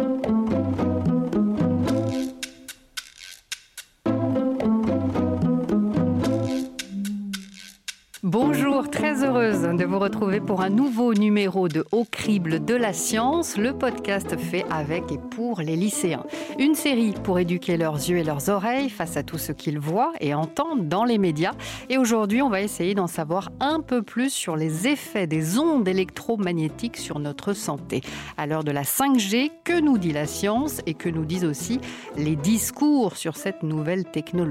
Bonjour, très heureuse de vous retrouver pour un nouveau numéro de Au crible de la science, le podcast fait avec et pour les lycéens. Une série pour éduquer leurs yeux et leurs oreilles face à tout ce qu'ils voient et entendent dans les médias. Et aujourd'hui, on va essayer d'en savoir un peu plus sur les effets des ondes électromagnétiques sur notre santé. À l'heure de la 5G, que nous dit la science et que nous disent aussi les discours sur cette nouvelle technologie ?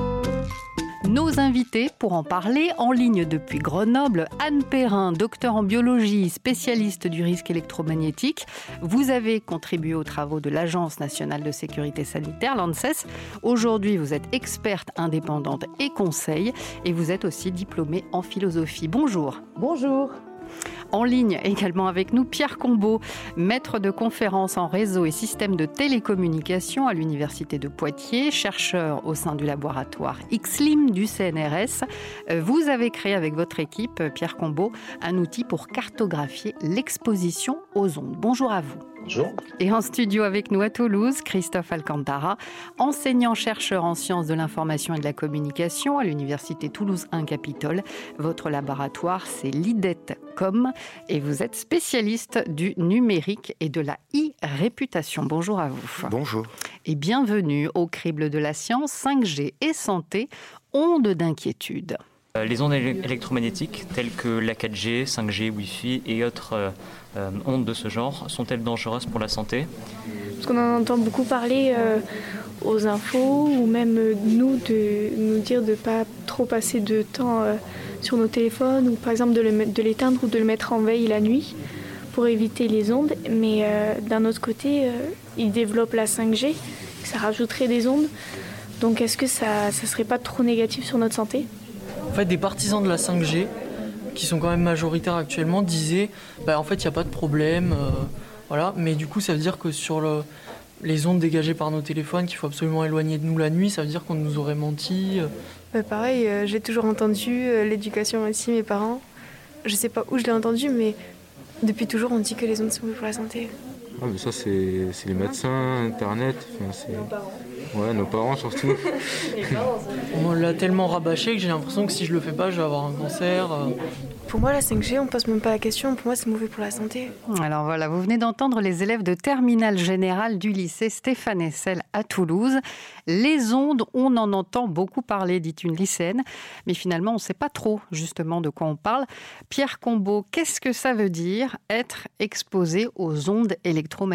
Nos invités pour en parler en ligne depuis Grenoble, Anne Perrin, docteur en biologie, spécialiste du risque électromagnétique. Vous avez contribué aux travaux de l'Agence nationale de sécurité sanitaire, l'ANSES. Aujourd'hui, vous êtes experte indépendante et conseil et vous êtes aussi diplômée en philosophie. Bonjour. Bonjour. En ligne également avec nous, Pierre Combeau, maître de conférences en réseau et système de télécommunication à l'Université de Poitiers, chercheur au sein du laboratoire XLIM du CNRS. Vous avez créé avec votre équipe, Pierre Combeau, un outil pour cartographier l'exposition aux ondes. Bonjour à vous. Bonjour. Et en studio avec nous à Toulouse, Christophe Alcantara, enseignant-chercheur en sciences de l'information et de la communication à l'Université Toulouse 1 Capitole. Votre laboratoire, c'est l'IDET-COM et vous êtes spécialiste du numérique et de la e-réputation. Bonjour à vous. Bonjour. Et bienvenue au crible de la science, 5G et santé, ondes d'inquiétude. Les ondes électromagnétiques telles que la 4G, 5G, Wi-Fi et autres ondes de ce genre sont-elles dangereuses pour la santé ? Parce qu'on en entend beaucoup parler aux infos ou même nous dire de ne pas trop passer de temps sur nos téléphones ou par exemple de l'éteindre ou de le mettre en veille la nuit pour éviter les ondes. Mais d'un autre côté, ils développent la 5G, ça rajouterait des ondes. Donc est-ce que ça ne serait pas trop négatif sur notre santé ? En fait, des partisans de la 5G, qui sont quand même majoritaires actuellement, disaient en fait, il n'y a pas de problème, voilà. Mais du coup, ça veut dire que sur les ondes dégagées par nos téléphones, qu'il faut absolument éloigner de nous la nuit, ça veut dire qu'on nous aurait menti. Pareil, j'ai toujours entendu l'éducation aussi, mes parents. Je ne sais pas où je l'ai entendu, mais depuis toujours, on dit que les ondes sont bonnes pour la santé. Ah, mais ça, c'est les médecins, Internet, nos parents surtout. On l'a tellement rabâché que j'ai l'impression que si je le fais pas, je vais avoir un cancer. Pour moi, la 5G, on ne pose même pas la question. Pour moi, c'est mauvais pour la santé. Alors voilà, vous venez d'entendre les élèves de terminale générale du lycée Stéphane Hessel à Toulouse. Les ondes, on en entend beaucoup parler, dit une lycéenne. Mais finalement, on ne sait pas trop justement de quoi on parle. Pierre Combeau, qu'est-ce que ça veut dire être exposé aux ondes électromagnétiques ?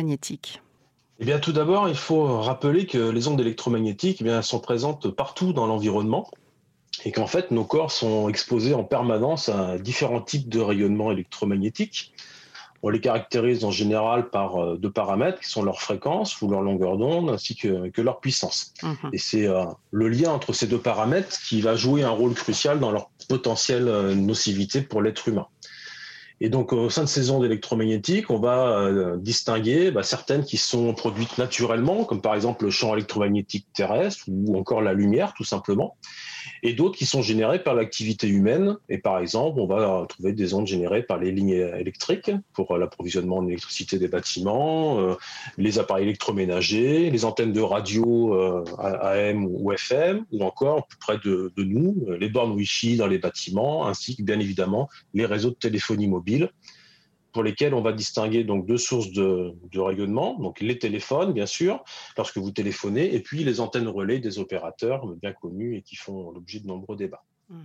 Eh bien, tout d'abord, il faut rappeler que les ondes électromagnétiques sont présentes partout dans l'environnement et qu'en fait, nos corps sont exposés en permanence à différents types de rayonnements électromagnétiques. On les caractérise en général par deux paramètres qui sont leur fréquence ou leur longueur d'onde ainsi que leur puissance. Et c'est le lien entre ces deux paramètres qui va jouer un rôle crucial dans leur potentielle nocivité pour l'être humain. Et donc, au sein de ces ondes électromagnétiques, on va distinguer certaines qui sont produites naturellement, comme par exemple le champ électromagnétique terrestre ou encore la lumière, tout simplement, et d'autres qui sont générées par l'activité humaine. Et par exemple, on va trouver des ondes générées par les lignes électriques pour l'approvisionnement en électricité des bâtiments, les appareils électroménagers, les antennes de radio AM ou FM, ou encore plus près de nous, les bornes Wi-Fi dans les bâtiments, ainsi que bien évidemment les réseaux de téléphonie mobile, pour lesquels on va distinguer donc deux sources de rayonnement, donc les téléphones bien sûr, lorsque vous téléphonez, et puis les antennes relais des opérateurs bien connus et qui font l'objet de nombreux débats.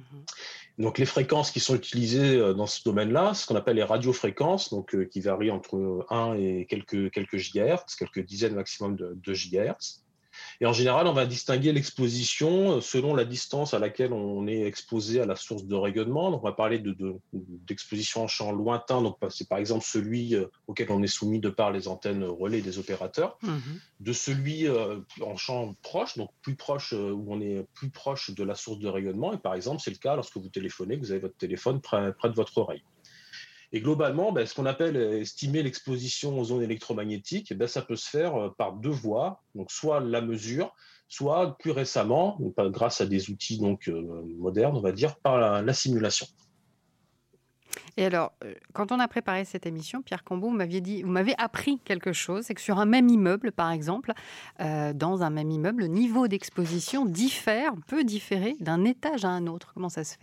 Donc les fréquences qui sont utilisées dans ce domaine-là, ce qu'on appelle les radiofréquences, donc qui varient entre 1 et quelques gigahertz, quelques dizaines maximum de gigahertz. Et en général, on va distinguer l'exposition selon la distance à laquelle on est exposé à la source de rayonnement. Donc, on va parler d'exposition en champ lointain. Donc, c'est par exemple celui auquel on est soumis de par les antennes relais des opérateurs. De celui en champ proche, donc plus proche, où on est plus proche de la source de rayonnement. Et par exemple, c'est le cas lorsque vous téléphonez, que vous avez votre téléphone près de votre oreille. Et globalement, ce qu'on appelle estimer l'exposition aux ondes électromagnétiques, ça peut se faire par deux voies, donc soit la mesure, soit plus récemment, grâce à des outils modernes, on va dire, par la simulation. Et alors, quand on a préparé cette émission, Pierre Combeau, vous m'avez appris quelque chose, c'est que sur un même immeuble, par exemple, dans un même immeuble, le niveau d'exposition peut différer d'un étage à un autre. Comment ça se fait ?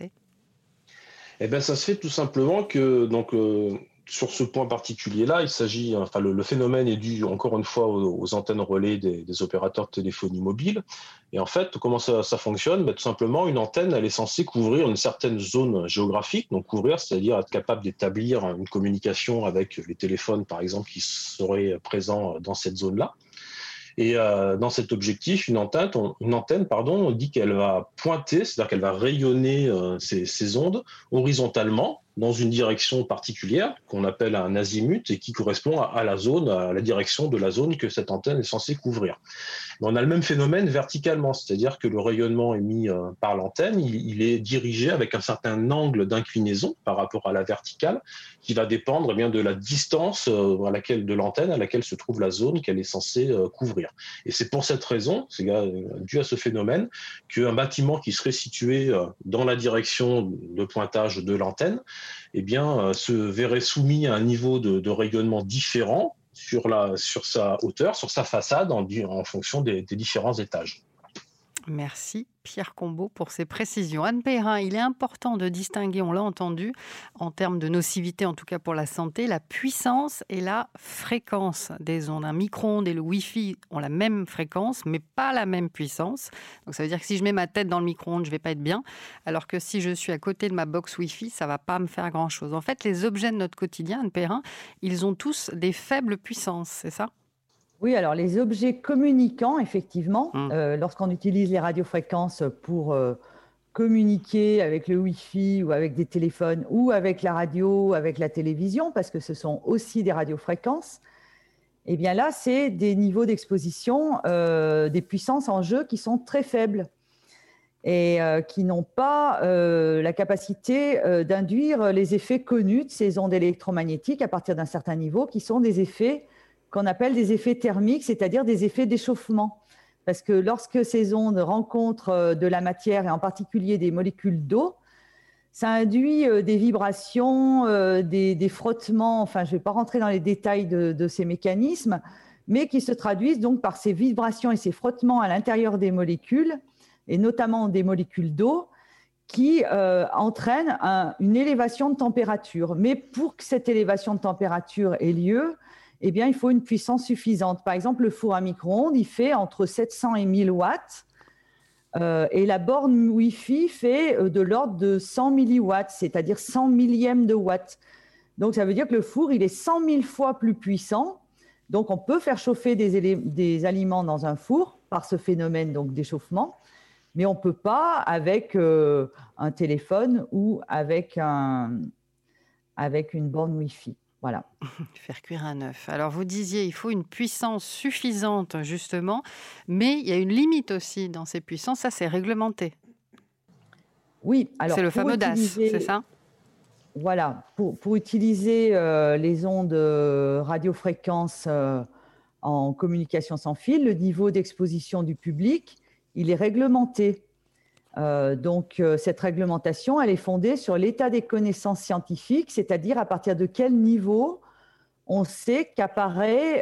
Eh bien, ça se fait tout simplement que, sur ce point particulier-là, le phénomène est dû encore une fois aux antennes relais des opérateurs de téléphonie mobile. Et en fait, comment ça fonctionne ? Tout simplement, une antenne, elle est censée couvrir une certaine zone géographique. Donc couvrir, c'est-à-dire être capable d'établir une communication avec les téléphones, par exemple, qui seraient présents dans cette zone-là. Et dans cet objectif, une antenne, on dit qu'elle va pointer, c'est-à-dire qu'elle va rayonner ces ondes horizontalement dans une direction particulière qu'on appelle un azimut et qui correspond à la direction de la zone que cette antenne est censée couvrir. Mais on a le même phénomène verticalement, c'est-à-dire que le rayonnement émis par l'antenne, il est dirigé avec un certain angle d'inclinaison par rapport à la verticale qui va dépendre de la distance de l'antenne à laquelle se trouve la zone qu'elle est censée couvrir. Et c'est pour cette raison, c'est dû à ce phénomène, qu'un bâtiment qui serait situé dans la direction de pointage de l'antenne, se verrait soumis à un niveau de rayonnement différent sur sa hauteur, sur sa façade, en fonction des différents étages. Merci Pierre Combeau pour ces précisions. Anne Perrin, il est important de distinguer, on l'a entendu, en termes de nocivité, en tout cas pour la santé, la puissance et la fréquence des ondes. Un micro-ondes et le Wi-Fi ont la même fréquence, mais pas la même puissance. Donc ça veut dire que si je mets ma tête dans le micro-ondes, je ne vais pas être bien, alors que si je suis à côté de ma box Wi-Fi, ça ne va pas me faire grand-chose. En fait, les objets de notre quotidien, Anne Perrin, ils ont tous des faibles puissances, c'est ça ? Oui, alors les objets communicants, effectivement, lorsqu'on utilise les radiofréquences pour communiquer avec le Wi-Fi ou avec des téléphones ou avec la radio, avec la télévision, parce que ce sont aussi des radiofréquences, eh bien là, c'est des niveaux d'exposition, des puissances en jeu qui sont très faibles et qui n'ont pas la capacité d'induire les effets connus de ces ondes électromagnétiques à partir d'un certain niveau, qui sont des effets qu'on appelle des effets thermiques, c'est-à-dire des effets d'échauffement. Parce que lorsque ces ondes rencontrent de la matière, et en particulier des molécules d'eau, ça induit des vibrations, des frottements, enfin je ne vais pas rentrer dans les détails de ces mécanismes, mais qui se traduisent donc par ces vibrations et ces frottements à l'intérieur des molécules, et notamment des molécules d'eau, qui entraînent une élévation de température. Mais pour que cette élévation de température ait lieu, eh bien, il faut une puissance suffisante. Par exemple, le four à micro-ondes, il fait entre 700 et 1000 watts. Et la borne Wi-Fi fait de l'ordre de 100 milliwatts, c'est-à-dire 100 millièmes de watts. Donc, ça veut dire que le four, il est 100 000 fois plus puissant. Donc, on peut faire chauffer des aliments dans un four par ce phénomène donc, d'échauffement, mais on ne peut pas avec un téléphone ou avec une borne Wi-Fi. Voilà. Faire cuire un œuf. Alors, vous disiez, il faut une puissance suffisante, justement, mais il y a une limite aussi dans ces puissances. Ça, c'est réglementé. Oui. Alors, c'est le fameux DAS, c'est ça ? Voilà. Pour utiliser les ondes radiofréquences en communication sans fil, le niveau d'exposition du public, il est réglementé. Donc, cette réglementation, elle est fondée sur l'état des connaissances scientifiques, c'est-à-dire à partir de quel niveau on sait qu'apparaît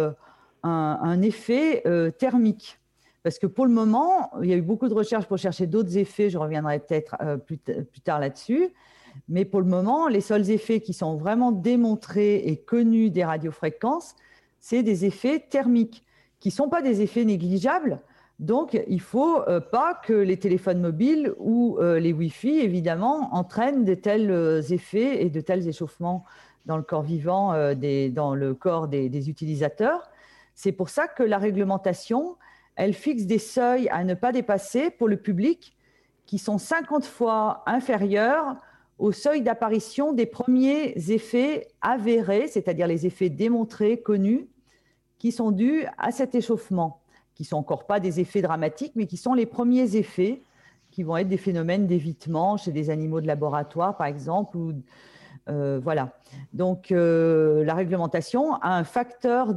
un effet thermique. Parce que pour le moment, il y a eu beaucoup de recherches pour chercher d'autres effets, je reviendrai peut-être plus tard là-dessus, mais pour le moment, les seuls effets qui sont vraiment démontrés et connus des radiofréquences, c'est des effets thermiques, qui ne sont pas des effets négligeables. Donc, il ne faut pas que les téléphones mobiles ou les Wi-Fi, évidemment, entraînent de tels effets et de tels échauffements dans le corps vivant, dans le corps des utilisateurs. C'est pour ça que la réglementation, elle fixe des seuils à ne pas dépasser pour le public qui sont 50 fois inférieurs au seuil d'apparition des premiers effets avérés, c'est-à-dire les effets démontrés, connus, qui sont dus à cet échauffement, qui ne sont encore pas des effets dramatiques, mais qui sont les premiers effets qui vont être des phénomènes d'évitement chez des animaux de laboratoire, par exemple. Voilà. Donc, la réglementation a un facteur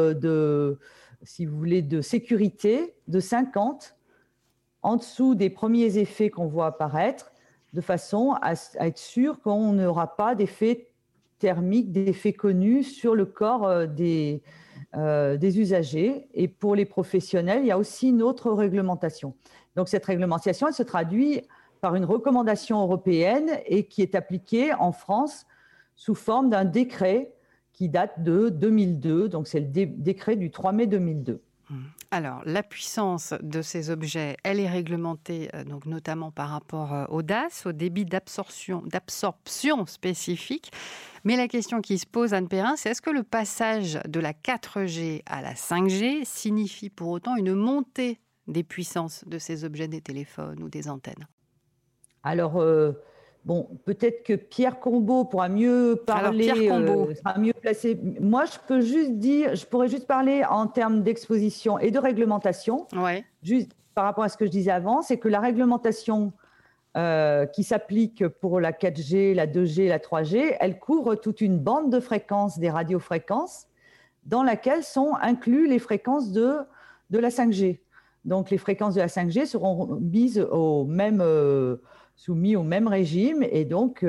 si vous voulez, de sécurité de 50 en dessous des premiers effets qu'on voit apparaître de façon à être sûr qu'on n'aura pas d'effet thermique, d'effet connus sur le corps des usagers. Et pour les professionnels, il y a aussi une autre réglementation. Donc cette réglementation, elle se traduit par une recommandation européenne et qui est appliquée en France sous forme d'un décret qui date de 2002. Donc c'est le décret du 3 mai 2002. Alors, la puissance de ces objets, elle est réglementée donc notamment par rapport au DAS, au débit d'absorption spécifique. Mais la question qui se pose, Anne Perrin, c'est est-ce que le passage de la 4G à la 5G signifie pour autant une montée des puissances de ces objets des téléphones ou des antennes? Alors, peut-être que Pierre Combeau pourra mieux parler, sera mieux placé. Moi, je pourrais juste parler en termes d'exposition et de réglementation. Ouais. Juste par rapport à ce que je disais avant, c'est que la réglementation qui s'applique pour la 4G, la 2G, la 3G, elle couvre toute une bande de fréquences des radiofréquences dans laquelle sont inclus les fréquences de la 5G. Donc, les fréquences de la 5G seront mises soumis au même régime et donc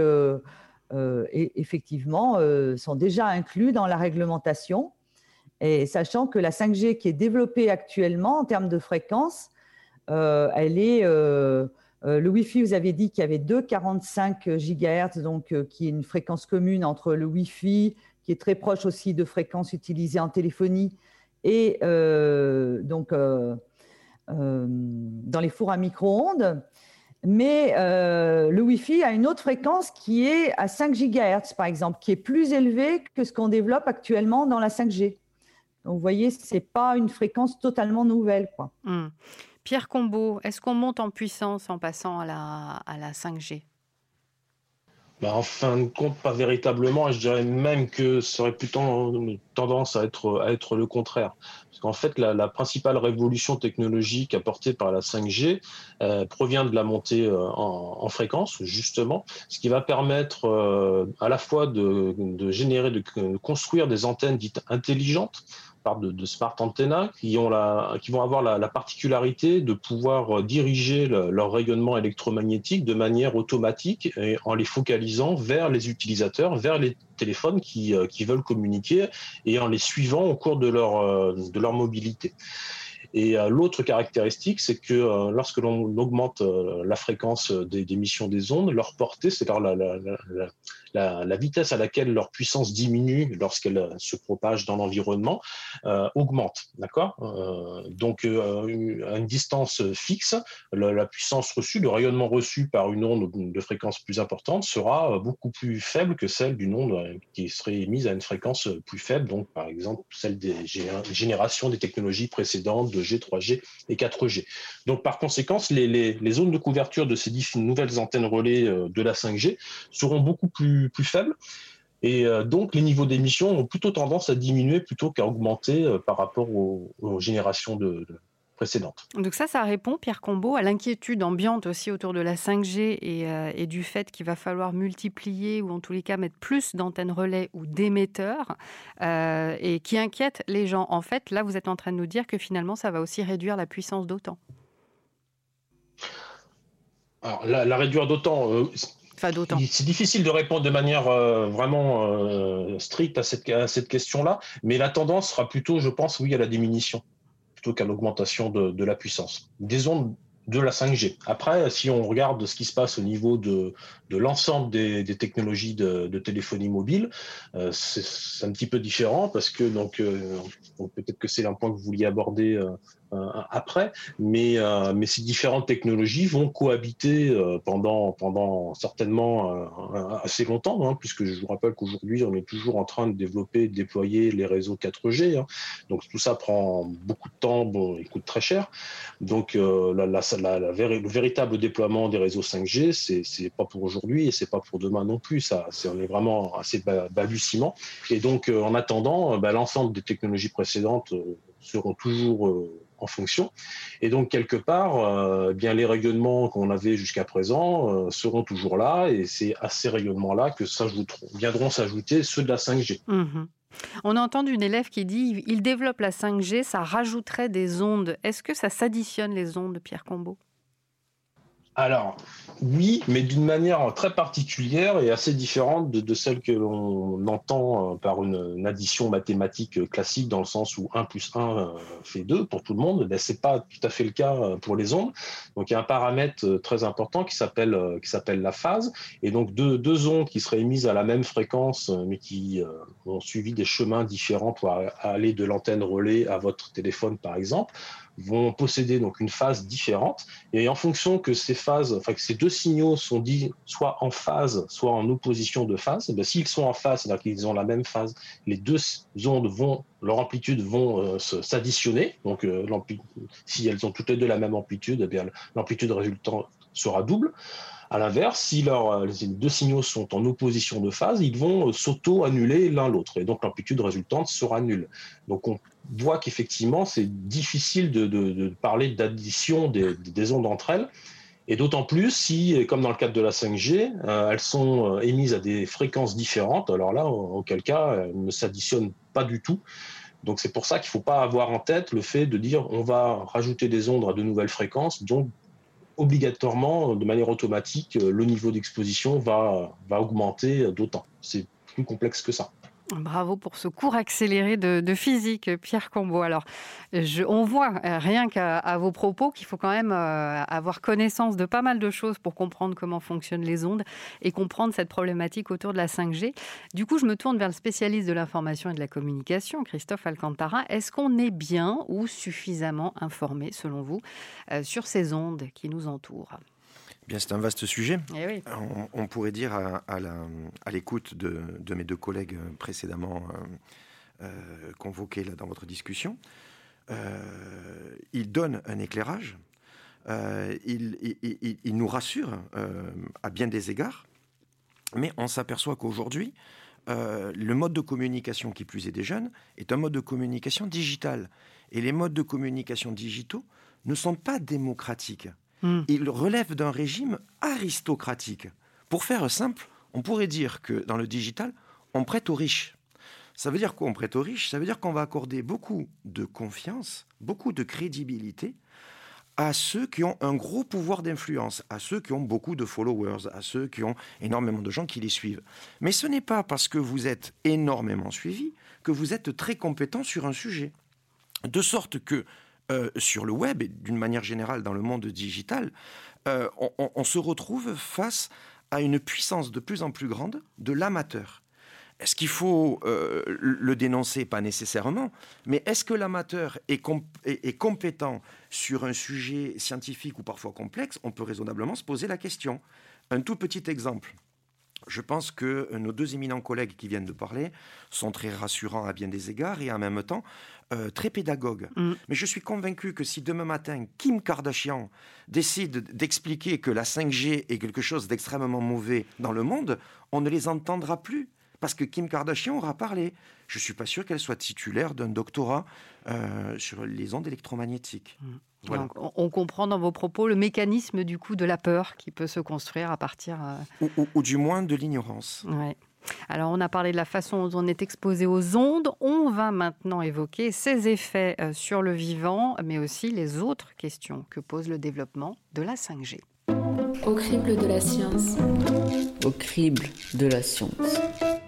effectivement sont déjà inclus dans la réglementation. Et sachant que la 5G qui est développée actuellement en termes de fréquence, elle est le Wi-Fi, vous avez dit qu'il y avait 2,45 GHz, donc qui est une fréquence commune entre le Wi-Fi, qui est très proche aussi de fréquences utilisées en téléphonie, et dans les fours à micro-ondes. Mais le Wi-Fi a une autre fréquence qui est à 5 GHz, par exemple, qui est plus élevée que ce qu'on développe actuellement dans la 5G. Donc, vous voyez, ce n'est pas une fréquence totalement nouvelle, quoi. Pierre Combeau, est-ce qu'on monte en puissance en passant à la 5G ? En fin de compte, pas véritablement. Je dirais même que ça aurait plutôt tendance à être le contraire. Parce qu'en fait, la principale révolution technologique apportée par la 5G provient de la montée en fréquence, justement, ce qui va permettre à la fois de construire des antennes dites intelligentes, de smart antennas qui vont avoir la particularité de pouvoir diriger leur rayonnement électromagnétique de manière automatique et en les focalisant vers les utilisateurs, vers les téléphones qui veulent communiquer et en les suivant au cours de leur mobilité. Et l'autre caractéristique, c'est que lorsque l'on augmente la fréquence d'émission des ondes, leur portée, c'est-à-dire la vitesse à laquelle leur puissance diminue lorsqu'elle se propage dans l'environnement, augmente. D'accord ? Donc, à une distance fixe, la puissance reçue, le rayonnement reçu par une onde de fréquence plus importante sera beaucoup plus faible que celle d'une onde qui serait émise à une fréquence plus faible, donc par exemple celle des générations des technologies précédentes de 2G, 3G et 4G. Donc par conséquent, les zones de couverture de ces nouvelles antennes relais de la 5G seront beaucoup plus faibles. Et donc les niveaux d'émission ont plutôt tendance à diminuer plutôt qu'à augmenter par rapport aux générations précédentes. Donc ça répond, Pierre Combeau, à l'inquiétude ambiante aussi autour de la 5G et du fait qu'il va falloir multiplier ou en tous les cas mettre plus d'antennes relais ou d'émetteurs et qui inquiète les gens. En fait, là, vous êtes en train de nous dire que finalement, ça va aussi réduire la puissance d'autant. Alors, la réduire d'autant... C'est difficile de répondre de manière vraiment stricte à cette question-là, mais la tendance sera plutôt, je pense, oui, à la diminution plutôt qu'à l'augmentation de la puissance des ondes de la 5G. Après, si on regarde ce qui se passe au niveau de l'ensemble des technologies de téléphonie mobile, c'est un petit peu différent parce que donc peut-être que c'est un point que vous vouliez aborder après, mais ces différentes technologies vont cohabiter pendant certainement assez longtemps, hein, puisque je vous rappelle qu'aujourd'hui on est toujours en train de développer et de déployer les réseaux 4G, hein, donc tout ça prend beaucoup de temps, et coûte très cher, donc le véritable déploiement des réseaux 5G, c'est pas pour aujourd'hui et c'est pas pour demain non plus, on est vraiment assez balbutiement, et donc en attendant, l'ensemble des technologies précédentes seront toujours en fonction. Et donc, quelque part, bien les rayonnements qu'on avait jusqu'à présent seront toujours là. Et c'est à ces rayonnements-là que viendront s'ajouter ceux de la 5G. Mmh. On a entendu une élève qui dit « il développe la 5G, ça rajouterait des ondes ». Est-ce que ça s'additionne les ondes, Pierre Combeau ? Alors, oui, mais d'une manière très particulière et assez différente de celle que l'on entend par une addition mathématique classique, dans le sens où 1 plus 1 fait 2 pour tout le monde. Ce n'est pas tout à fait le cas pour les ondes. Donc, il y a un paramètre très important qui s'appelle la phase. Et donc, deux ondes qui seraient émises à la même fréquence, mais qui ont suivi des chemins différents pour aller de l'antenne relais à votre téléphone, par exemple, vont posséder donc une phase différente. Et en fonction que ces deux signaux sont dits soit en phase, soit en opposition de phase, et s'ils sont en phase, c'est-à-dire qu'ils ont la même phase, les deux ondes leur amplitude vont s'additionner. Donc, si elles ont toutes les deux la même amplitude, eh bien, l'amplitude résultante sera double. À l'inverse, si les deux signaux sont en opposition de phase, ils vont s'auto-annuler l'un l'autre. Et donc, l'amplitude résultante sera nulle. Donc, on voit qu'effectivement, c'est difficile de parler d'addition des ondes entre elles. Et d'autant plus si, comme dans le cadre de la 5G, elles sont émises à des fréquences différentes. Alors là, auquel cas, elles ne s'additionnent pas du tout. Donc, c'est pour ça qu'il ne faut pas avoir en tête le fait de dire on va rajouter des ondes à de nouvelles fréquences. Donc, obligatoirement, de manière automatique, le niveau d'exposition va augmenter d'autant. C'est plus complexe que ça. Bravo pour ce cours accéléré de physique, Pierre Combeau. Alors, on voit, rien qu'à vos propos, qu'il faut quand même avoir connaissance de pas mal de choses pour comprendre comment fonctionnent les ondes et comprendre cette problématique autour de la 5G. Du coup, je me tourne vers le spécialiste de l'information et de la communication, Christophe Alcantara. Est-ce qu'on est bien ou suffisamment informé, selon vous, sur ces ondes qui nous entourent ? Bien, c'est un vaste sujet. Eh oui. On pourrait dire à l'écoute de mes deux collègues précédemment convoqués là, dans votre discussion, il donne un éclairage, il nous rassure à bien des égards, mais on s'aperçoit qu'aujourd'hui, le mode de communication qui plus est des jeunes est un mode de communication digital. Et les modes de communication digitaux ne sont pas démocratiques. Il relève d'un régime aristocratique. Pour faire simple, on pourrait dire que dans le digital, on prête aux riches. Ça veut dire quoi, on prête aux riches ? Ça veut dire qu'on va accorder beaucoup de confiance, beaucoup de crédibilité à ceux qui ont un gros pouvoir d'influence, à ceux qui ont beaucoup de followers, à ceux qui ont énormément de gens qui les suivent. Mais ce n'est pas parce que vous êtes énormément suivi que vous êtes très compétent sur un sujet. De sorte que sur le web et d'une manière générale dans le monde digital, on se retrouve face à une puissance de plus en plus grande de l'amateur. Est-ce qu'il faut le dénoncer ? Pas nécessairement, mais est-ce que l'amateur est compétent sur un sujet scientifique ou parfois complexe ? On peut raisonnablement se poser la question. Un tout petit exemple. Je pense que nos deux éminents collègues qui viennent de parler sont très rassurants à bien des égards et en même temps très pédagogues. Mais je suis convaincu que si demain matin, Kim Kardashian décide d'expliquer que la 5G est quelque chose d'extrêmement mauvais dans le monde, on ne les entendra plus. Parce que Kim Kardashian aura parlé. Je ne suis pas sûr qu'elle soit titulaire d'un doctorat sur les ondes électromagnétiques. Voilà. Donc, on comprend dans vos propos le mécanisme du coup de la peur qui peut se construire à partir... Ou du moins de l'ignorance. Ouais. Alors, on a parlé de la façon dont on est exposé aux ondes. On va maintenant évoquer ces effets sur le vivant, mais aussi les autres questions que pose le développement de la 5G. Au crible de la science. Au crible de la science.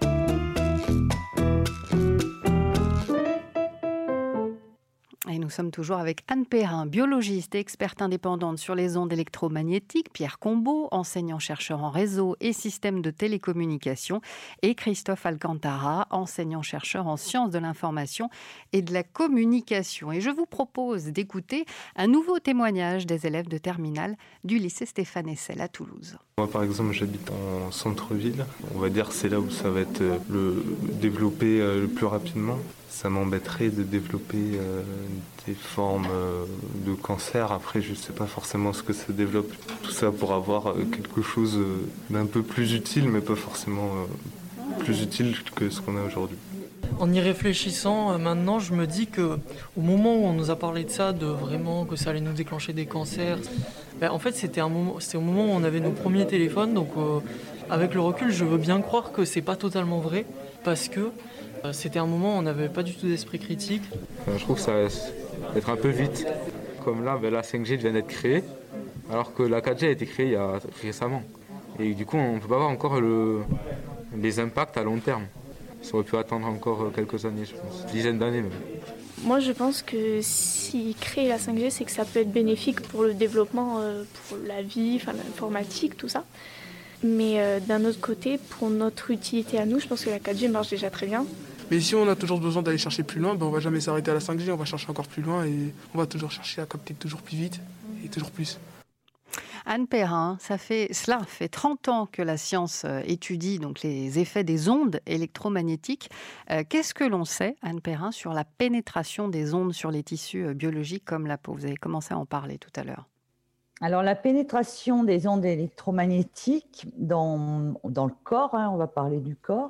Et nous sommes toujours avec Anne Perrin, biologiste et experte indépendante sur les ondes électromagnétiques, Pierre Combeau, enseignant-chercheur en réseau et système de télécommunication, et Christophe Alcantara, enseignant-chercheur en sciences de l'information et de la communication. Et je vous propose d'écouter un nouveau témoignage des élèves de terminale du lycée Stéphane Hessel à Toulouse. Moi, par exemple, j'habite en centre-ville. On va dire que c'est là où ça va être développé le plus rapidement. Ça m'embêterait de développer des formes de cancer. Après, je ne sais pas forcément ce que ça développe. Tout ça pour avoir quelque chose d'un peu plus utile, mais pas forcément plus utile que ce qu'on a aujourd'hui. En y réfléchissant, maintenant, je me dis qu'au moment où on nous a parlé de ça, de vraiment que ça allait nous déclencher des cancers, en fait, c'était au moment où on avait nos premiers téléphones. Donc, avec le recul, je veux bien croire que c'est pas totalement vrai, parce que c'était un moment où on n'avait pas du tout d'esprit critique. Je trouve que ça va être un peu vite. Comme là, la 5G vient d'être créée. alors que la 4G a été créée récemment. Et du coup, on ne peut pas voir encore les impacts à long terme. Ça aurait pu attendre encore quelques années, je pense, dizaines d'années même. Moi, je pense que s'ils créent la 5G, c'est que ça peut être bénéfique pour le développement, pour la vie, l'informatique, tout ça. Mais d'un autre côté, pour notre utilité à nous, je pense que la 4G marche déjà très bien. Mais si on a toujours besoin d'aller chercher plus loin, on ne va jamais s'arrêter à la 5G, on va chercher encore plus loin et on va toujours chercher à capter toujours plus vite et toujours plus. Anne Perrin, cela fait 30 ans que la science étudie donc les effets des ondes électromagnétiques. Qu'est-ce que l'on sait, Anne Perrin, sur la pénétration des ondes sur les tissus biologiques comme la peau? Vous avez commencé à en parler tout à l'heure. Alors, la pénétration des ondes électromagnétiques dans le corps, on va parler du corps,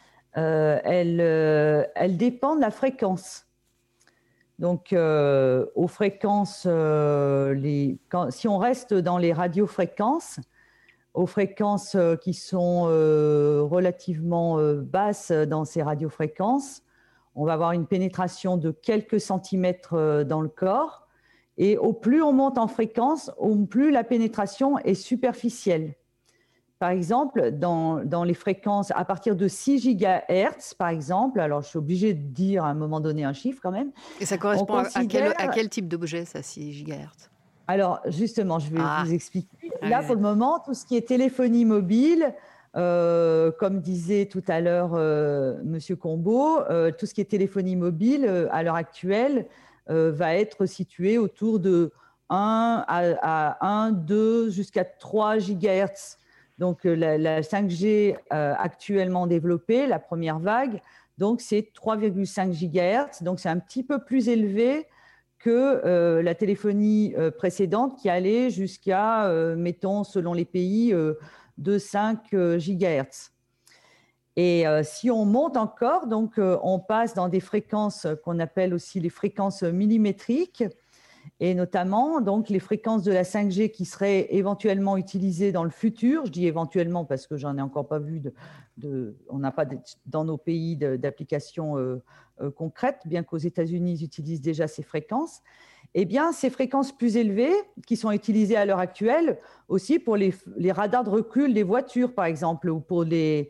elle dépend de la fréquence. Donc, aux fréquences, si on reste dans les radiofréquences, aux fréquences qui sont relativement basses dans ces radiofréquences, on va avoir une pénétration de quelques centimètres dans le corps. Et au plus on monte en fréquence, au plus la pénétration est superficielle. Par exemple, dans les fréquences à partir de 6 GHz, par exemple, alors je suis obligée de dire à un moment donné un chiffre quand même. Et ça correspond à quel type d'objet, ça, 6 GHz? Alors, justement, je vais vous expliquer. Là, pour le moment, tout ce qui est téléphonie mobile, comme disait tout à l'heure Monsieur Combeau, tout ce qui est téléphonie mobile, à l'heure actuelle, va être situé autour de 1 à 1, 2, jusqu'à 3 GHz. Donc, la 5G actuellement développée, la première vague, donc c'est 3,5 GHz. Donc, c'est un petit peu plus élevé que la téléphonie précédente qui allait jusqu'à, mettons, selon les pays, de 5 GHz. Et si on monte encore, donc on passe dans des fréquences qu'on appelle aussi les fréquences millimétriques, et notamment donc les fréquences de la 5G qui seraient éventuellement utilisées dans le futur. Je dis éventuellement parce que j'en ai encore pas vu on n'a pas dans nos pays d'applications concrètes, bien qu'aux États-Unis ils utilisent déjà ces fréquences. Eh bien, ces fréquences plus élevées qui sont utilisées à l'heure actuelle aussi pour les radars de recul des voitures, par exemple, ou pour les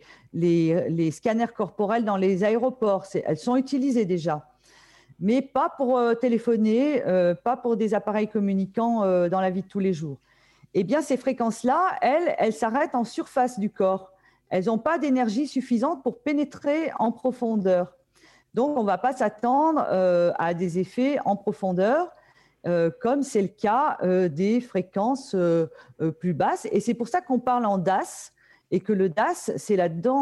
scanners corporels dans les aéroports, elles sont utilisées déjà. Mais pas pour téléphoner, pas pour des appareils communicants dans la vie de tous les jours. Eh bien, ces fréquences-là, elles s'arrêtent en surface du corps. Elles n'ont pas d'énergie suffisante pour pénétrer en profondeur. Donc, on ne va pas s'attendre à des effets en profondeur, comme c'est le cas des fréquences plus basses. Et c'est pour ça qu'on parle en DAS, et que le DAS, c'est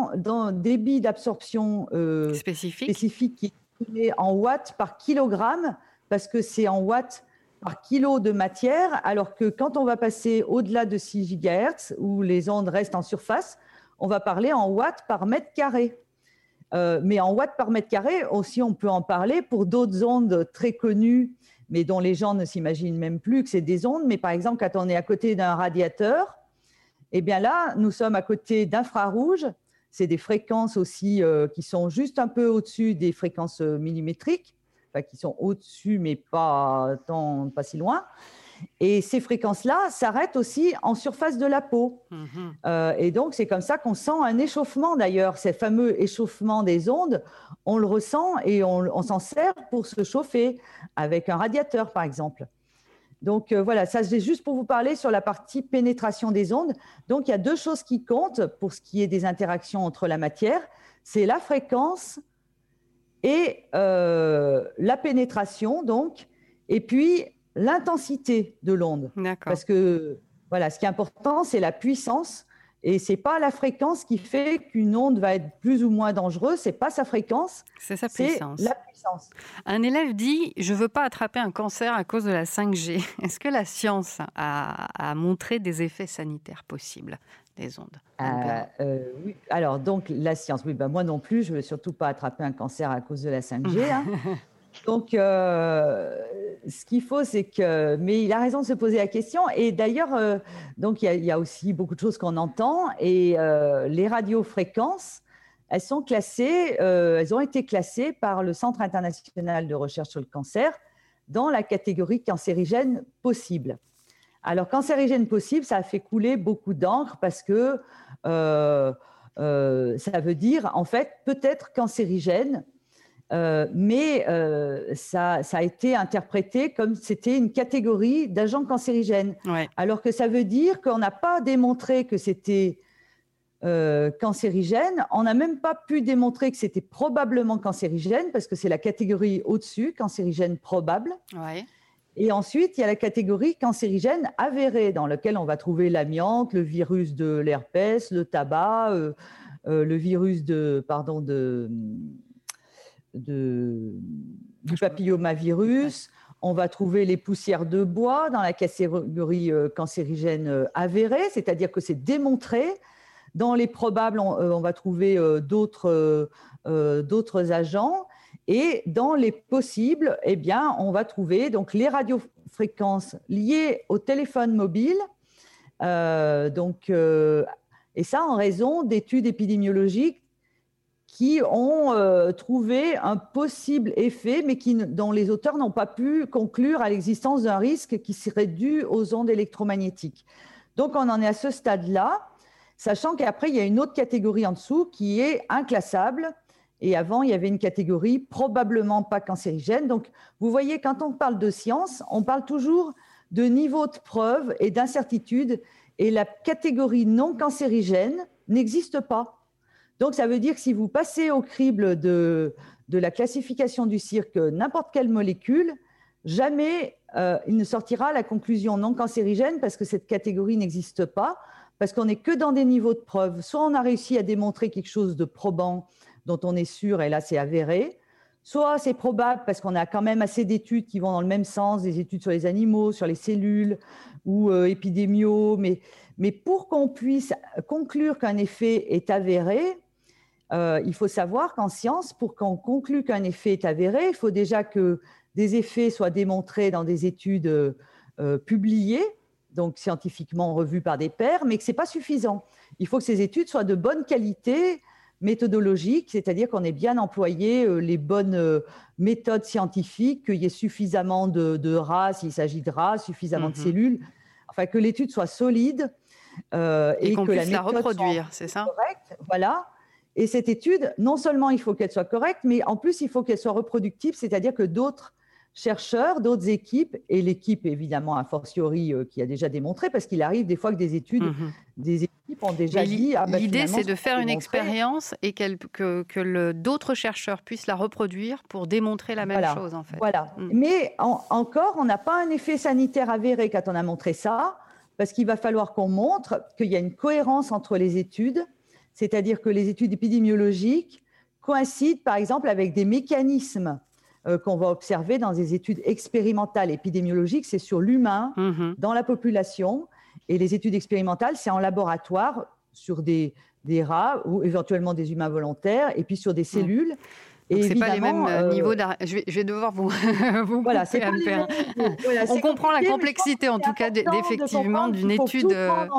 le débit d'absorption spécifique qui est en watts par kilogramme, parce que c'est en watts par kilo de matière, alors que quand on va passer au-delà de 6 GHz, où les ondes restent en surface, on va parler en watts par mètre carré. Mais en watts par mètre carré, aussi, on peut en parler pour d'autres ondes très connues, mais dont les gens ne s'imaginent même plus que c'est des ondes. Mais par exemple, quand on est à côté d'un radiateur, eh bien là, nous sommes à côté d'infrarouge. C'est des fréquences aussi qui sont juste un peu au-dessus des fréquences millimétriques, enfin qui sont au-dessus, mais pas si loin. Et ces fréquences-là s'arrêtent aussi en surface de la peau. Et donc, c'est comme ça qu'on sent un échauffement, d'ailleurs. Ces fameux échauffements des ondes, on le ressent et on s'en sert pour se chauffer avec un radiateur, par exemple. Donc, voilà, ça, c'est juste pour vous parler sur la partie pénétration des ondes. Donc, il y a deux choses qui comptent pour ce qui est des interactions entre la matière. C'est la fréquence et la pénétration, donc, et puis l'intensité de l'onde. Parce que voilà, ce qui est important, c'est la puissance, et c'est pas la fréquence qui fait qu'une onde va être plus ou moins dangereuse. C'est pas sa fréquence, c'est sa puissance. C'est la puissance. Un élève dit: je veux pas attraper un cancer à cause de la 5G. Est-ce que la science a montré des effets sanitaires possibles des ondes? Oui. Alors donc la science, oui, moi non plus, je veux surtout pas attraper un cancer à cause de la 5G. Hein. Donc, ce qu'il faut, c'est que... Mais il a raison de se poser la question. Et d'ailleurs, donc il y a aussi beaucoup de choses qu'on entend. Et les radiofréquences, elles sont classées, elles ont été classées par le Centre international de recherche sur le cancer dans la catégorie cancérigène possible. Alors, cancérigène possible, ça a fait couler beaucoup d'encre parce que ça veut dire, en fait, peut-être cancérigène, mais ça a été interprété comme c'était une catégorie d'agents cancérigènes. Ouais. Alors que ça veut dire qu'on n'a pas démontré que c'était cancérigène. On n'a même pas pu démontrer que c'était probablement cancérigène parce que c'est la catégorie au-dessus, cancérigène probable. Ouais. Et ensuite, il y a la catégorie cancérigène avérée, dans laquelle on va trouver l'amiante, le virus de l'herpès, le tabac, le virus du papillomavirus. On va trouver les poussières de bois dans la catégorie cancérigène avérée, c'est-à-dire que c'est démontré. Dans les probables, on va trouver d'autres agents. Et dans les possibles, eh bien, on va trouver donc, les radiofréquences liées au téléphone mobile. Et ça, en raison d'études épidémiologiques qui ont trouvé un possible effet, mais dont les auteurs n'ont pas pu conclure à l'existence d'un risque qui serait dû aux ondes électromagnétiques. Donc, on en est à ce stade-là, sachant qu'après, il y a une autre catégorie en dessous qui est inclassable. Et avant, il y avait une catégorie probablement pas cancérigène. Donc, vous voyez, quand on parle de science, on parle toujours de niveau de preuve et d'incertitude. Et la catégorie non cancérigène n'existe pas. Donc, ça veut dire que si vous passez au crible de la classification du cirque n'importe quelle molécule, jamais il ne sortira la conclusion non cancérigène parce que cette catégorie n'existe pas, parce qu'on n'est que dans des niveaux de preuve. Soit on a réussi à démontrer quelque chose de probant, dont on est sûr, et là, c'est avéré. Soit c'est probable parce qu'on a quand même assez d'études qui vont dans le même sens, des études sur les animaux, sur les cellules ou épidémiaux. Mais pour qu'on puisse conclure qu'un effet est avéré, il faut savoir qu'en science, pour qu'on conclue qu'un effet est avéré, il faut déjà que des effets soient démontrés dans des études publiées, donc scientifiquement revues par des pairs, mais que ce n'est pas suffisant. Il faut que ces études soient de bonne qualité méthodologique, c'est-à-dire qu'on ait bien employé les bonnes méthodes scientifiques, qu'il y ait suffisamment de rats, s'il s'agit de rats, suffisamment de cellules, enfin que l'étude soit solide et qu'on que puisse la reproduire, c'est ça ? Correcte, voilà. Et cette étude, non seulement il faut qu'elle soit correcte, mais en plus il faut qu'elle soit reproductive, c'est-à-dire que d'autres chercheurs, d'autres équipes, et l'équipe évidemment a fortiori qui a déjà démontré, parce qu'il arrive des fois que des études, des équipes ont déjà dit... L'idée, c'est de faire une expérience et que d'autres chercheurs puissent la reproduire pour démontrer la même chose, en fait. Voilà. Mais encore, on n'a pas un effet sanitaire avéré quand on a montré ça, parce qu'il va falloir qu'on montre qu'il y a une cohérence entre les études, c'est-à-dire que les études épidémiologiques coïncident, par exemple, avec des mécanismes qu'on va observer dans des études expérimentales épidémiologiques, c'est sur l'humain, dans la population, et les études expérimentales, c'est en laboratoire, sur des rats ou éventuellement des humains volontaires, et puis sur des cellules. Donc, ce n'est pas les mêmes niveaux je vais devoir vous voilà, c'est voilà, on comprend la complexité, en tout cas, effectivement, d'une étude...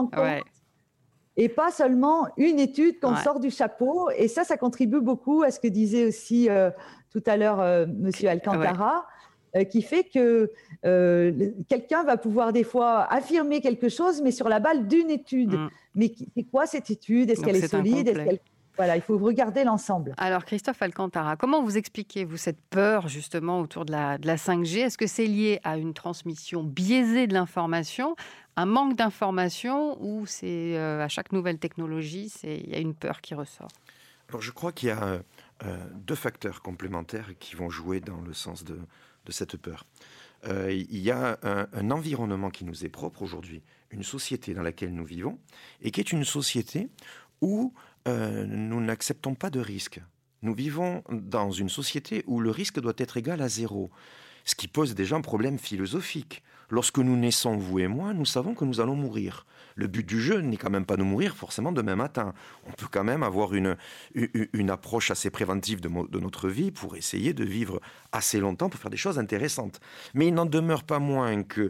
Et pas seulement une étude qu'on sort du chapeau. Et ça contribue beaucoup à ce que disait aussi tout à l'heure M. Alcantara, qui fait que quelqu'un va pouvoir des fois affirmer quelque chose, mais sur la base d'une étude. Mais c'est quoi cette étude ? Est-ce qu'elle est solide ? Voilà, il faut regarder l'ensemble. Alors, Christophe Alcantara, comment vous expliquez, vous, cette peur, justement, autour de la 5G ? Est-ce que c'est lié à une transmission biaisée de l'information, un manque d'information, ou c'est à chaque nouvelle technologie, il y a une peur qui ressort ? Alors, je crois qu'il y a deux facteurs complémentaires qui vont jouer dans le sens de cette peur. Il y a un environnement qui nous est propre aujourd'hui, une société dans laquelle nous vivons, et qui est une société où nous n'acceptons pas de risques. Nous vivons dans une société où le risque doit être égal à 0, ce qui pose déjà un problème philosophique. Lorsque nous naissons, vous et moi, nous savons que nous allons mourir. Le but du jeu n'est quand même pas de mourir forcément demain matin. On peut quand même avoir une approche assez préventive de notre vie pour essayer de vivre assez longtemps, pour faire des choses intéressantes. Mais il n'en demeure pas moins que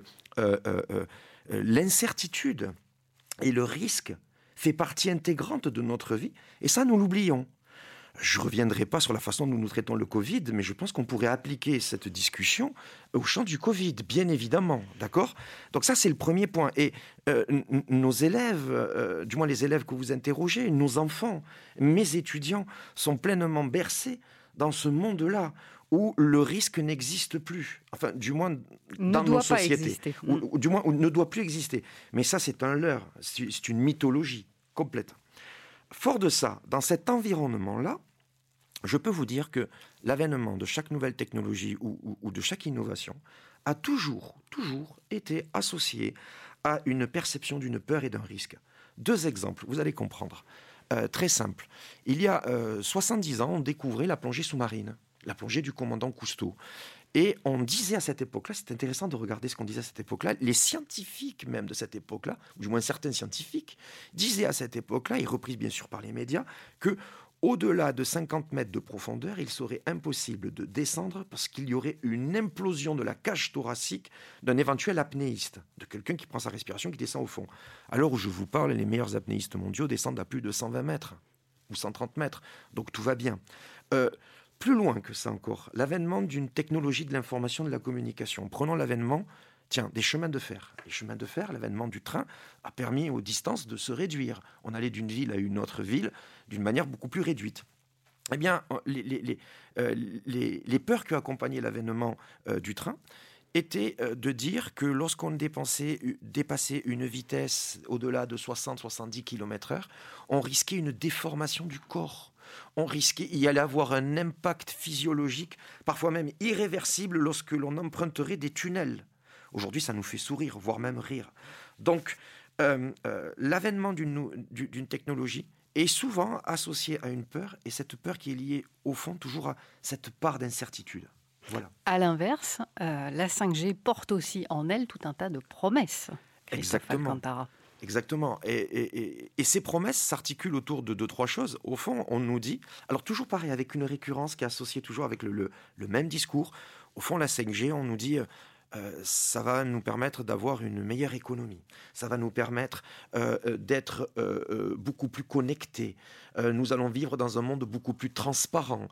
l'incertitude et le risque fait partie intégrante de notre vie, et ça, nous l'oublions. Je ne reviendrai pas sur la façon dont nous traitons le Covid, mais je pense qu'on pourrait appliquer cette discussion au champ du Covid, bien évidemment, d'accord ? Donc ça, c'est le premier point. Et nos élèves, du moins les élèves que vous interrogez, nos enfants, mes étudiants, sont pleinement bercés dans ce monde-là où le risque n'existe plus, enfin, du moins dans nos sociétés, ou du moins où ne doit plus exister. Mais ça, c'est un leurre, c'est une mythologie complète. Fort de ça, dans cet environnement-là, je peux vous dire que l'avènement de chaque nouvelle technologie ou de chaque innovation a toujours été associé à une perception d'une peur et d'un risque. 2 exemples, vous allez comprendre. Très simple. Il y a 70 ans, on découvrait la plongée sous-marine, la plongée du commandant Cousteau. Et on disait à cette époque-là, c'est intéressant de regarder ce qu'on disait à cette époque-là, les scientifiques même de cette époque-là, ou du moins certains scientifiques, disaient à cette époque-là, et repris bien sûr par les médias, que au-delà de 50 mètres de profondeur, il serait impossible de descendre parce qu'il y aurait une implosion de la cage thoracique d'un éventuel apnéiste, de quelqu'un qui prend sa respiration, qui descend au fond. À l'heure où je vous parle, les meilleurs apnéistes mondiaux descendent à plus de 120 mètres ou 130 mètres, donc tout va bien. Plus loin que ça encore, l'avènement d'une technologie de l'information et de la communication. Prenons l'avènement, des chemins de fer. Les chemins de fer, l'avènement du train a permis aux distances de se réduire. On allait d'une ville à une autre ville d'une manière beaucoup plus réduite. Eh bien, les peurs qui ont accompagné l'avènement du train étaient de dire que lorsqu'on dépassait une vitesse au-delà de 60-70 km/h, on risquait une déformation du corps. Il y allait avoir un impact physiologique, parfois même irréversible, lorsque l'on emprunterait des tunnels. Aujourd'hui, ça nous fait sourire, voire même rire. Donc, l'avènement d'une technologie est souvent associé à une peur, et cette peur qui est liée, au fond, toujours à cette part d'incertitude. Voilà. À l'inverse, la 5G porte aussi en elle tout un tas de promesses. Exactement. Exactement. Et ces promesses s'articulent autour de 2-3 choses. Au fond, on nous dit, alors toujours pareil, avec une récurrence qui est associée toujours avec le même discours. Au fond, la 5G, on nous dit... ça va nous permettre d'avoir une meilleure économie. Ça va nous permettre d'être beaucoup plus connectés. Nous allons vivre dans un monde beaucoup plus transparent.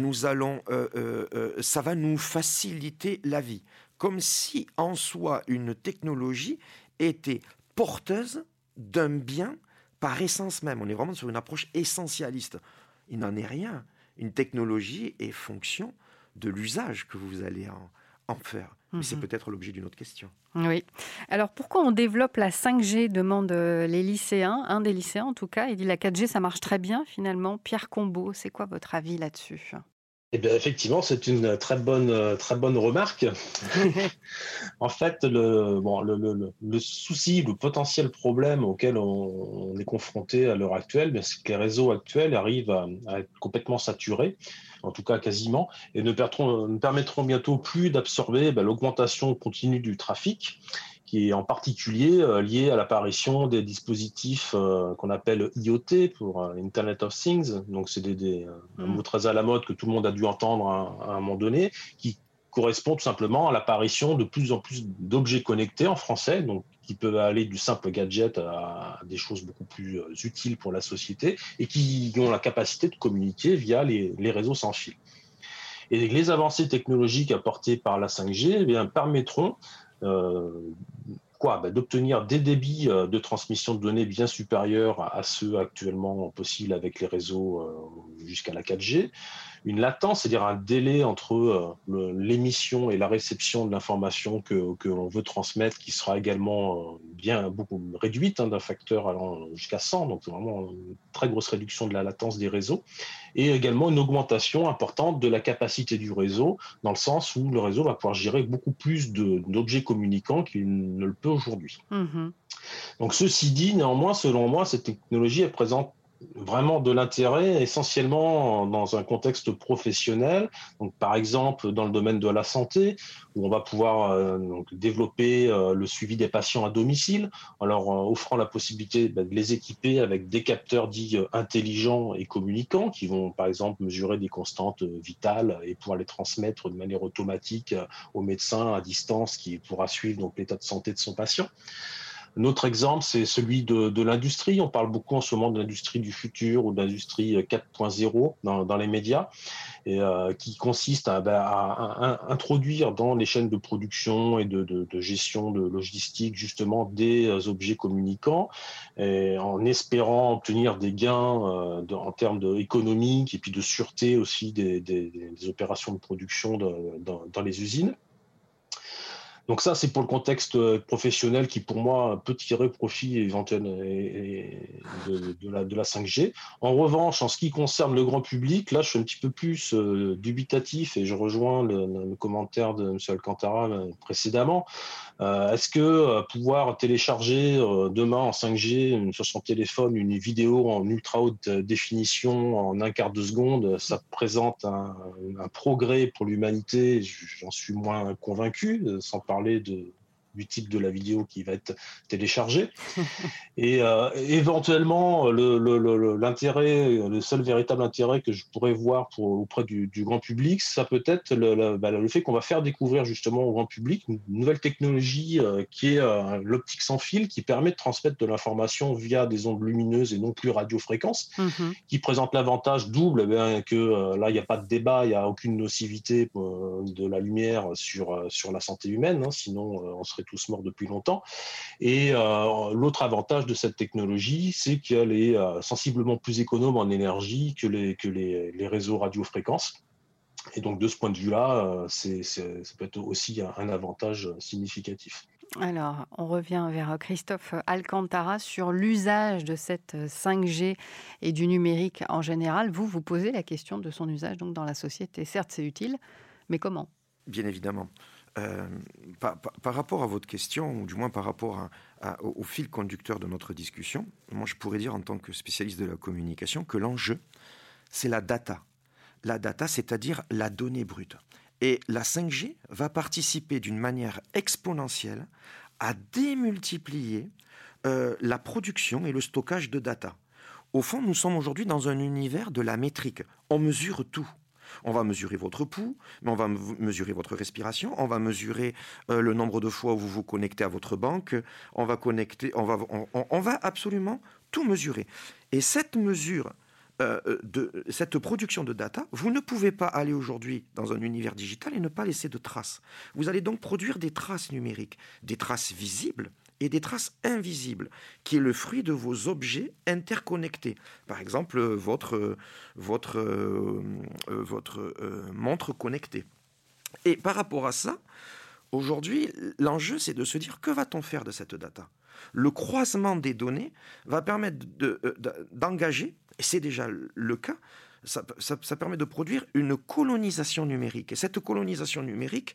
Ça va nous faciliter la vie. Comme si, en soi, une technologie était porteuse d'un bien par essence même. On est vraiment sur une approche essentialiste. Il n'en est rien. Une technologie est fonction de l'usage que vous allez en faire. Mais c'est peut-être l'objet d'une autre question. Oui. Alors, pourquoi on développe la 5G, demandent les lycéens, un des lycéens en tout cas. Il dit la 4G, ça marche très bien finalement. Pierre Combeau, c'est quoi votre avis là-dessus ? Eh bien, effectivement, c'est une très bonne remarque. En fait, le souci, le potentiel problème auquel on est confronté à l'heure actuelle, c'est que les réseaux actuels arrivent à être complètement saturés, en tout cas quasiment, et ne permettront bientôt plus d'absorber l'augmentation continue du trafic, qui est en particulier lié à l'apparition des dispositifs qu'on appelle IoT, pour Internet of Things. Donc, c'est un mot très à la mode que tout le monde a dû entendre à un moment donné, qui correspond tout simplement à l'apparition de plus en plus d'objets connectés en français, donc qui peuvent aller du simple gadget à des choses beaucoup plus utiles pour la société et qui ont la capacité de communiquer via les réseaux sans fil. Et les avancées technologiques apportées par la 5G permettront d'obtenir des débits de transmission de données bien supérieurs à ceux actuellement possibles avec les réseaux jusqu'à la 4G. Une latence, c'est-à-dire un délai entre l'émission et la réception de l'information que l'on veut transmettre, qui sera également beaucoup réduite, d'un facteur allant jusqu'à 100, donc vraiment une très grosse réduction de la latence des réseaux, et également une augmentation importante de la capacité du réseau, dans le sens où le réseau va pouvoir gérer beaucoup plus d'objets communicants qu'il ne le peut aujourd'hui. Donc ceci dit, néanmoins, selon moi, cette technologie, elle présente vraiment de l'intérêt, essentiellement dans un contexte professionnel. Donc, par exemple, dans le domaine de la santé, où on va pouvoir développer le suivi des patients à domicile, en leur offrant la possibilité de les équiper avec des capteurs dits intelligents et communicants, qui vont, par exemple, mesurer des constantes vitales et pouvoir les transmettre de manière automatique au médecin à distance, qui pourra suivre l'état de santé de son patient. Un autre exemple, c'est celui de l'industrie. On parle beaucoup en ce moment de l'industrie du futur ou de l'industrie 4.0 dans les médias, et qui consiste à introduire dans les chaînes de production et de gestion de logistique justement des objets communicants, et en espérant obtenir des gains en termes économiques et puis de sûreté aussi des opérations de production dans les usines. Donc ça, c'est pour le contexte professionnel qui, pour moi, peut tirer profit éventuel de la 5G. En revanche, en ce qui concerne le grand public, là, je suis un petit peu plus dubitatif et je rejoins le commentaire de M. Alcantara précédemment. Est-ce que pouvoir télécharger demain en 5G sur son téléphone une vidéo en ultra haute définition en un quart de seconde, ça présente un progrès pour l'humanité? J'en suis moins convaincu, sans parler du type de la vidéo qui va être téléchargée. Et éventuellement, le seul véritable intérêt que je pourrais voir auprès du grand public, ça peut être le fait qu'on va faire découvrir justement au grand public une nouvelle technologie qui est l'optique sans fil, qui permet de transmettre de l'information via des ondes lumineuses et non plus radiofréquences, qui présente l'avantage double que là, il n'y a pas de débat, il n'y a aucune nocivité de la lumière sur la santé humaine, sinon on serait tous morts depuis longtemps. Et l'autre avantage de cette technologie, c'est qu'elle est sensiblement plus économe en énergie que les réseaux radiofréquences. Et donc de ce point de vue-là, ça peut être aussi un avantage significatif. Alors, on revient vers Christophe Alcantara sur l'usage de cette 5G et du numérique en général. Vous posez la question de son usage donc, dans la société. Certes, c'est utile, mais comment ? Bien évidemment. Par rapport à votre question, ou du moins par rapport au fil conducteur de notre discussion, moi je pourrais dire en tant que spécialiste de la communication que l'enjeu, c'est la data. La data, c'est-à-dire la donnée brute. Et la 5G va participer d'une manière exponentielle à démultiplier la production et le stockage de data. Au fond, nous sommes aujourd'hui dans un univers de la métrique. On mesure tout. On va mesurer votre pouls, mais on va mesurer votre respiration, on va mesurer le nombre de fois où vous vous connectez à votre banque, on va absolument tout mesurer. Et cette mesure, cette production de data, vous ne pouvez pas aller aujourd'hui dans un univers digital et ne pas laisser de traces. Vous allez donc produire des traces numériques, des traces visibles et des traces invisibles, qui est le fruit de vos objets interconnectés. Par exemple, votre montre connectée. Et par rapport à ça, aujourd'hui, l'enjeu, c'est de se dire, que va-t-on faire de cette data ? Le croisement des données va permettre d'engager, et c'est déjà le cas, ça permet de produire une colonisation numérique. Et cette colonisation numérique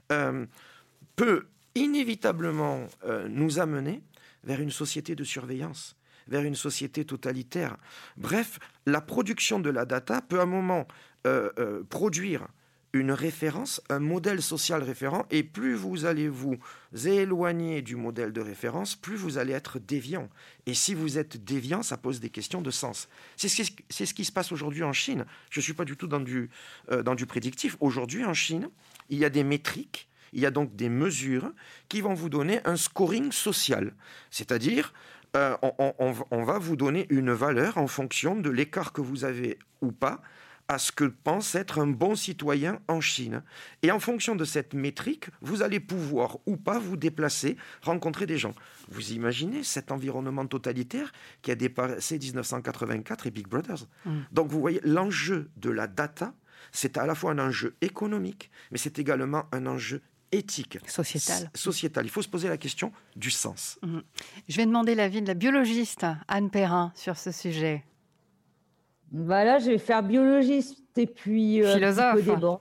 peut inévitablement nous amener vers une société de surveillance, vers une société totalitaire. Bref, la production de la data peut à un moment produire une référence, un modèle social référent, et plus vous allez vous éloigner du modèle de référence, plus vous allez être déviant. Et si vous êtes déviant, ça pose des questions de sens. C'est ce qui se passe aujourd'hui en Chine. Je ne suis pas du tout dans du prédictif. Aujourd'hui, en Chine, il y a des métriques, il y a donc des mesures qui vont vous donner un scoring social. C'est-à-dire, on va vous donner une valeur en fonction de l'écart que vous avez ou pas à ce que pense être un bon citoyen en Chine. Et en fonction de cette métrique, vous allez pouvoir ou pas vous déplacer, rencontrer des gens. Vous imaginez cet environnement totalitaire qui a dépassé 1984 et Big Brothers. Donc vous voyez, l'enjeu de la data, c'est à la fois un enjeu économique, mais c'est également un enjeu éthique. Sociétal. Il faut se poser la question du sens. Je vais demander l'avis de la biologiste Anne Perrin sur ce sujet. Voilà, je vais faire biologiste et puis philosophe.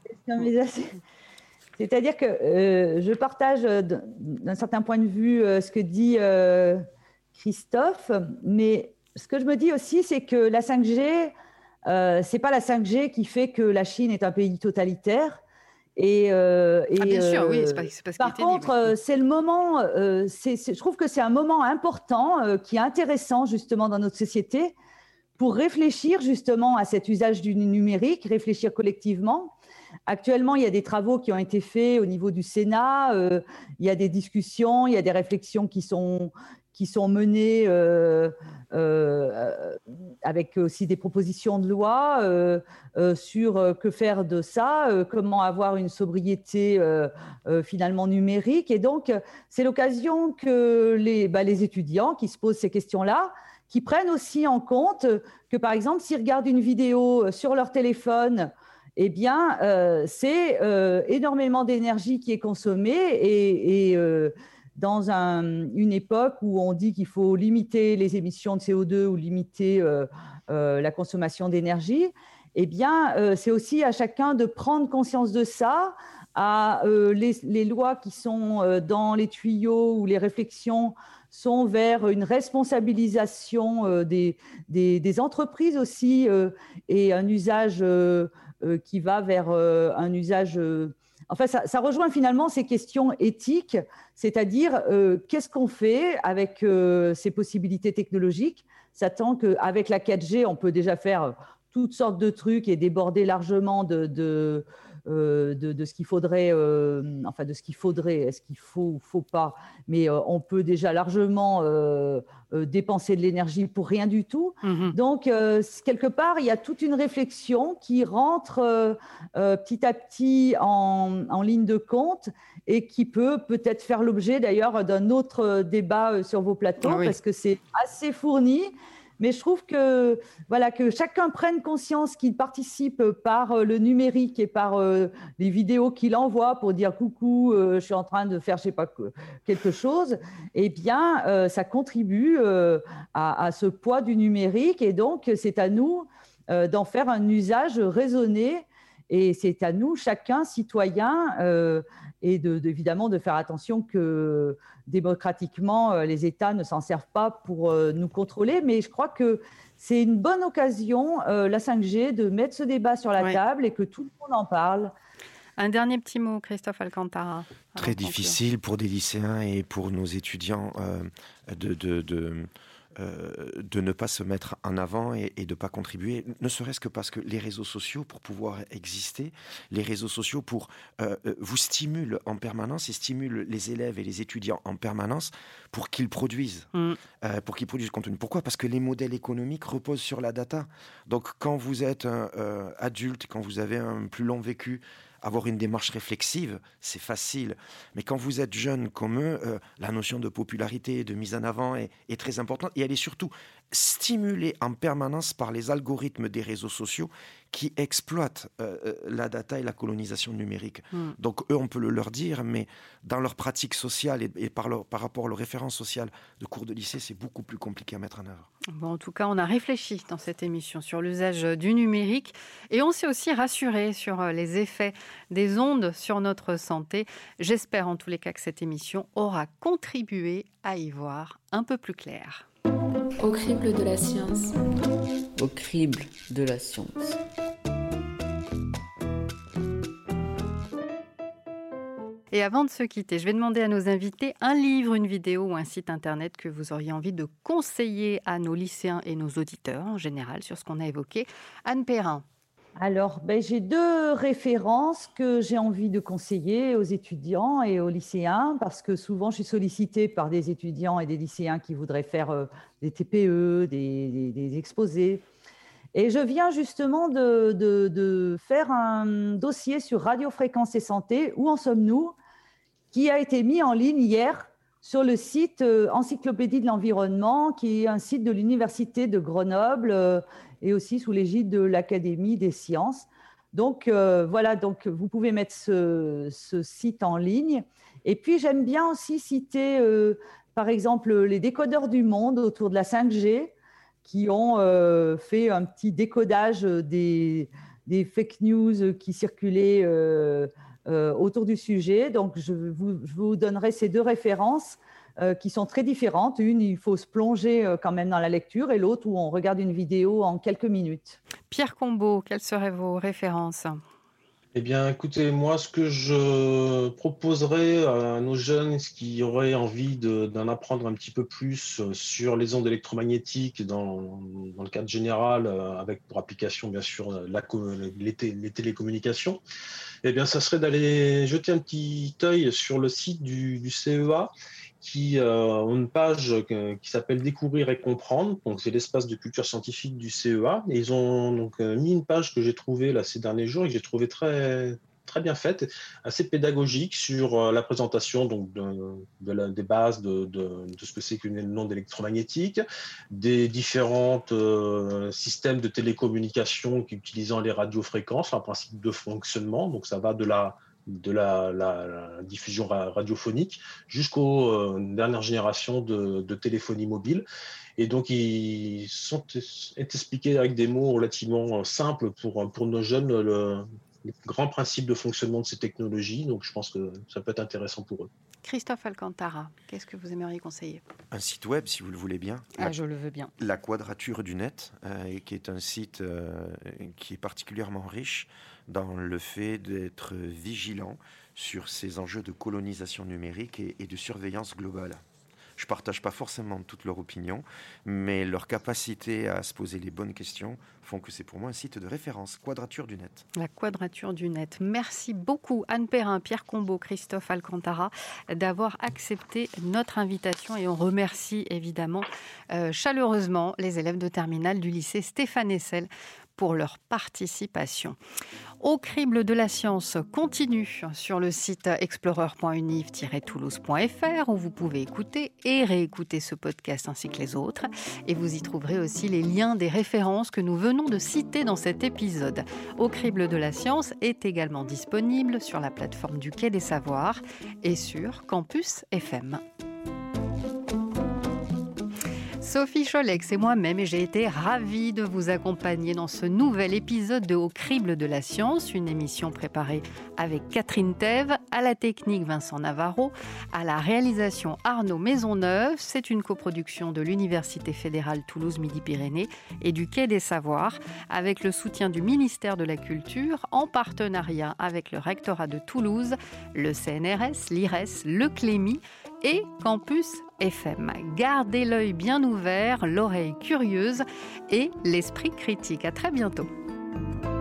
C'est-à-dire que je partage d'un certain point de vue ce que dit Christophe, mais ce que je me dis aussi, c'est que la 5G, c'est pas la 5G qui fait que la Chine est un pays totalitaire. Bien sûr, oui, c'est pas ce qui par contre, c'est le moment. Je trouve que c'est un moment important qui est intéressant justement dans notre société pour réfléchir justement à cet usage du numérique, réfléchir collectivement. Actuellement, il y a des travaux qui ont été faits au niveau du Sénat. Il y a des discussions, il y a des réflexions qui sont qui sont menées avec aussi des propositions de loi sur que faire de ça, comment avoir une sobriété finalement numérique. Et donc, c'est l'occasion que les étudiants qui se posent ces questions-là, qui prennent aussi en compte que, par exemple, s'ils regardent une vidéo sur leur téléphone, eh bien, c'est énormément d'énergie qui est consommée et dans une époque où on dit qu'il faut limiter les émissions de CO2 ou limiter la consommation d'énergie, eh bien, c'est aussi à chacun de prendre conscience de ça, les lois qui sont dans les tuyaux ou les réflexions sont vers une responsabilisation des entreprises aussi et un usage qui va vers un usage… Enfin, ça rejoint finalement ces questions éthiques, c'est-à-dire qu'est-ce qu'on fait avec ces possibilités technologiques, sachant qu'avec la 4G, on peut déjà faire toutes sortes de trucs et déborder largement de ce qu'il faudrait, est-ce qu'il faut ou faut pas, mais on peut déjà largement dépenser de l'énergie pour rien du tout. Donc, quelque part, il y a toute une réflexion qui rentre petit à petit en ligne de compte et qui peut peut-être faire l'objet d'ailleurs d'un autre débat sur vos plateaux, parce que c'est assez fourni. Mais je trouve que chacun prenne conscience qu'il participe par le numérique et par les vidéos qu'il envoie pour dire coucou, je suis en train de faire je sais pas quelque chose. Eh bien, ça contribue à ce poids du numérique et donc c'est à nous d'en faire un usage raisonné. Et c'est à nous, chacun, citoyen, et évidemment de faire attention que démocratiquement, les États ne s'en servent pas pour nous contrôler. Mais je crois que c'est une bonne occasion, la 5G, de mettre ce débat sur la table et que tout le monde en parle. Un dernier petit mot, Christophe Alcantara. Très difficile pour des lycéens et pour nos étudiants de ne pas se mettre en avant et de ne pas contribuer, ne serait-ce que parce que les réseaux sociaux, pour pouvoir exister, les réseaux sociaux vous stimulent en permanence et stimulent les élèves et les étudiants en permanence pour qu'ils produisent, contenu. Pourquoi ? Parce que les modèles économiques reposent sur la data. Donc quand vous êtes adulte, quand vous avez un plus long vécu, avoir une démarche réflexive, c'est facile. Mais quand vous êtes jeune comme eux, la notion de popularité, de mise en avant est très importante. Et elle est surtout stimulée en permanence par les algorithmes des réseaux sociaux qui exploitent la data et la colonisation numérique. Donc eux, on peut le leur dire, mais dans leur pratique sociale et par rapport aux références sociales de cours de lycée, c'est beaucoup plus compliqué à mettre en œuvre. Bon, en tout cas, on a réfléchi dans cette émission sur l'usage du numérique et on s'est aussi rassuré sur les effets des ondes sur notre santé. J'espère en tous les cas que cette émission aura contribué à y voir un peu plus clair. Au crible de la science. Au crible de la science. Et avant de se quitter, je vais demander à nos invités un livre, une vidéo ou un site internet que vous auriez envie de conseiller à nos lycéens et nos auditeurs en général sur ce qu'on a évoqué. Anne Perrin. Alors, j'ai 2 références que j'ai envie de conseiller aux étudiants et aux lycéens parce que souvent, je suis sollicitée par des étudiants et des lycéens qui voudraient faire des TPE, des exposés. Et je viens justement de faire un dossier sur radiofréquence et santé, où en sommes-nous, qui a été mis en ligne hier sur le site Encyclopédie de l'environnement, qui est un site de l'Université de Grenoble et aussi sous l'égide de l'Académie des sciences. Donc voilà, donc vous pouvez mettre ce site en ligne. Et puis j'aime bien aussi citer par exemple les décodeurs du monde autour de la 5G qui ont fait un petit décodage des fake news qui circulaient autour du sujet. Donc je vous donnerai ces 2 références qui sont très différentes. Une, il faut se plonger quand même dans la lecture, et l'autre où on regarde une vidéo en quelques minutes. Pierre Combeau, quelles seraient vos références ? Eh bien, écoutez, moi, ce que je proposerais à nos jeunes qui auraient envie d'en apprendre un petit peu plus sur les ondes électromagnétiques dans le cadre général, avec pour application, bien sûr, les télécommunications, eh bien, ça serait d'aller jeter un petit œil sur le site du CEA, qui ont une page qui s'appelle Découvrir et comprendre. Donc, c'est l'espace de culture scientifique du CEA. Et ils ont donc mis une page que j'ai trouvée là, ces derniers jours et que j'ai trouvée très bien faite, assez pédagogique sur la présentation donc, des bases de ce que c'est qu'une onde électromagnétique, des différents systèmes de télécommunication utilisant les radiofréquences, un principe de fonctionnement. Donc, ça va de la diffusion radiophonique jusqu'aux dernières générations de téléphonie mobile. Et donc, ils sont expliqués avec des mots relativement simples pour nos jeunes, le grand principe de fonctionnement de ces technologies. Donc, je pense que ça peut être intéressant pour eux. Christophe Alcantara, qu'est-ce que vous aimeriez conseiller ? Un site web, si vous le voulez bien. Je le veux bien. La Quadrature du Net, qui est un site qui est particulièrement riche dans le fait d'être vigilant sur ces enjeux de colonisation numérique et de surveillance globale. Je ne partage pas forcément toute leur opinion, mais leur capacité à se poser les bonnes questions font que c'est pour moi un site de référence. Quadrature du Net. La Quadrature du Net. Merci beaucoup Anne Perrin, Pierre Combeau, Christophe Alcantara d'avoir accepté notre invitation et on remercie évidemment chaleureusement les élèves de terminale du lycée Stéphane Hessel pour leur participation. Au crible de la science continue sur le site explorer.univ-toulouse.fr où vous pouvez écouter et réécouter ce podcast ainsi que les autres. Et vous y trouverez aussi les liens des références que nous venons de citer dans cet épisode. Au crible de la science est également disponible sur la plateforme du Quai des Savoirs et sur Campus FM. Sophie Cholex et moi-même, et j'ai été ravie de vous accompagner dans ce nouvel épisode de Au crible de la science, une émission préparée avec Catherine Thèves, à la technique Vincent Navarro, à la réalisation Arnaud Maisonneuve. C'est une coproduction de l'Université fédérale Toulouse-Midi-Pyrénées et du Quai des Savoirs, avec le soutien du ministère de la Culture, en partenariat avec le rectorat de Toulouse, le CNRS, l'IRES, le Clémy et Campus FM. Gardez l'œil bien ouvert, l'oreille curieuse et l'esprit critique. À très bientôt.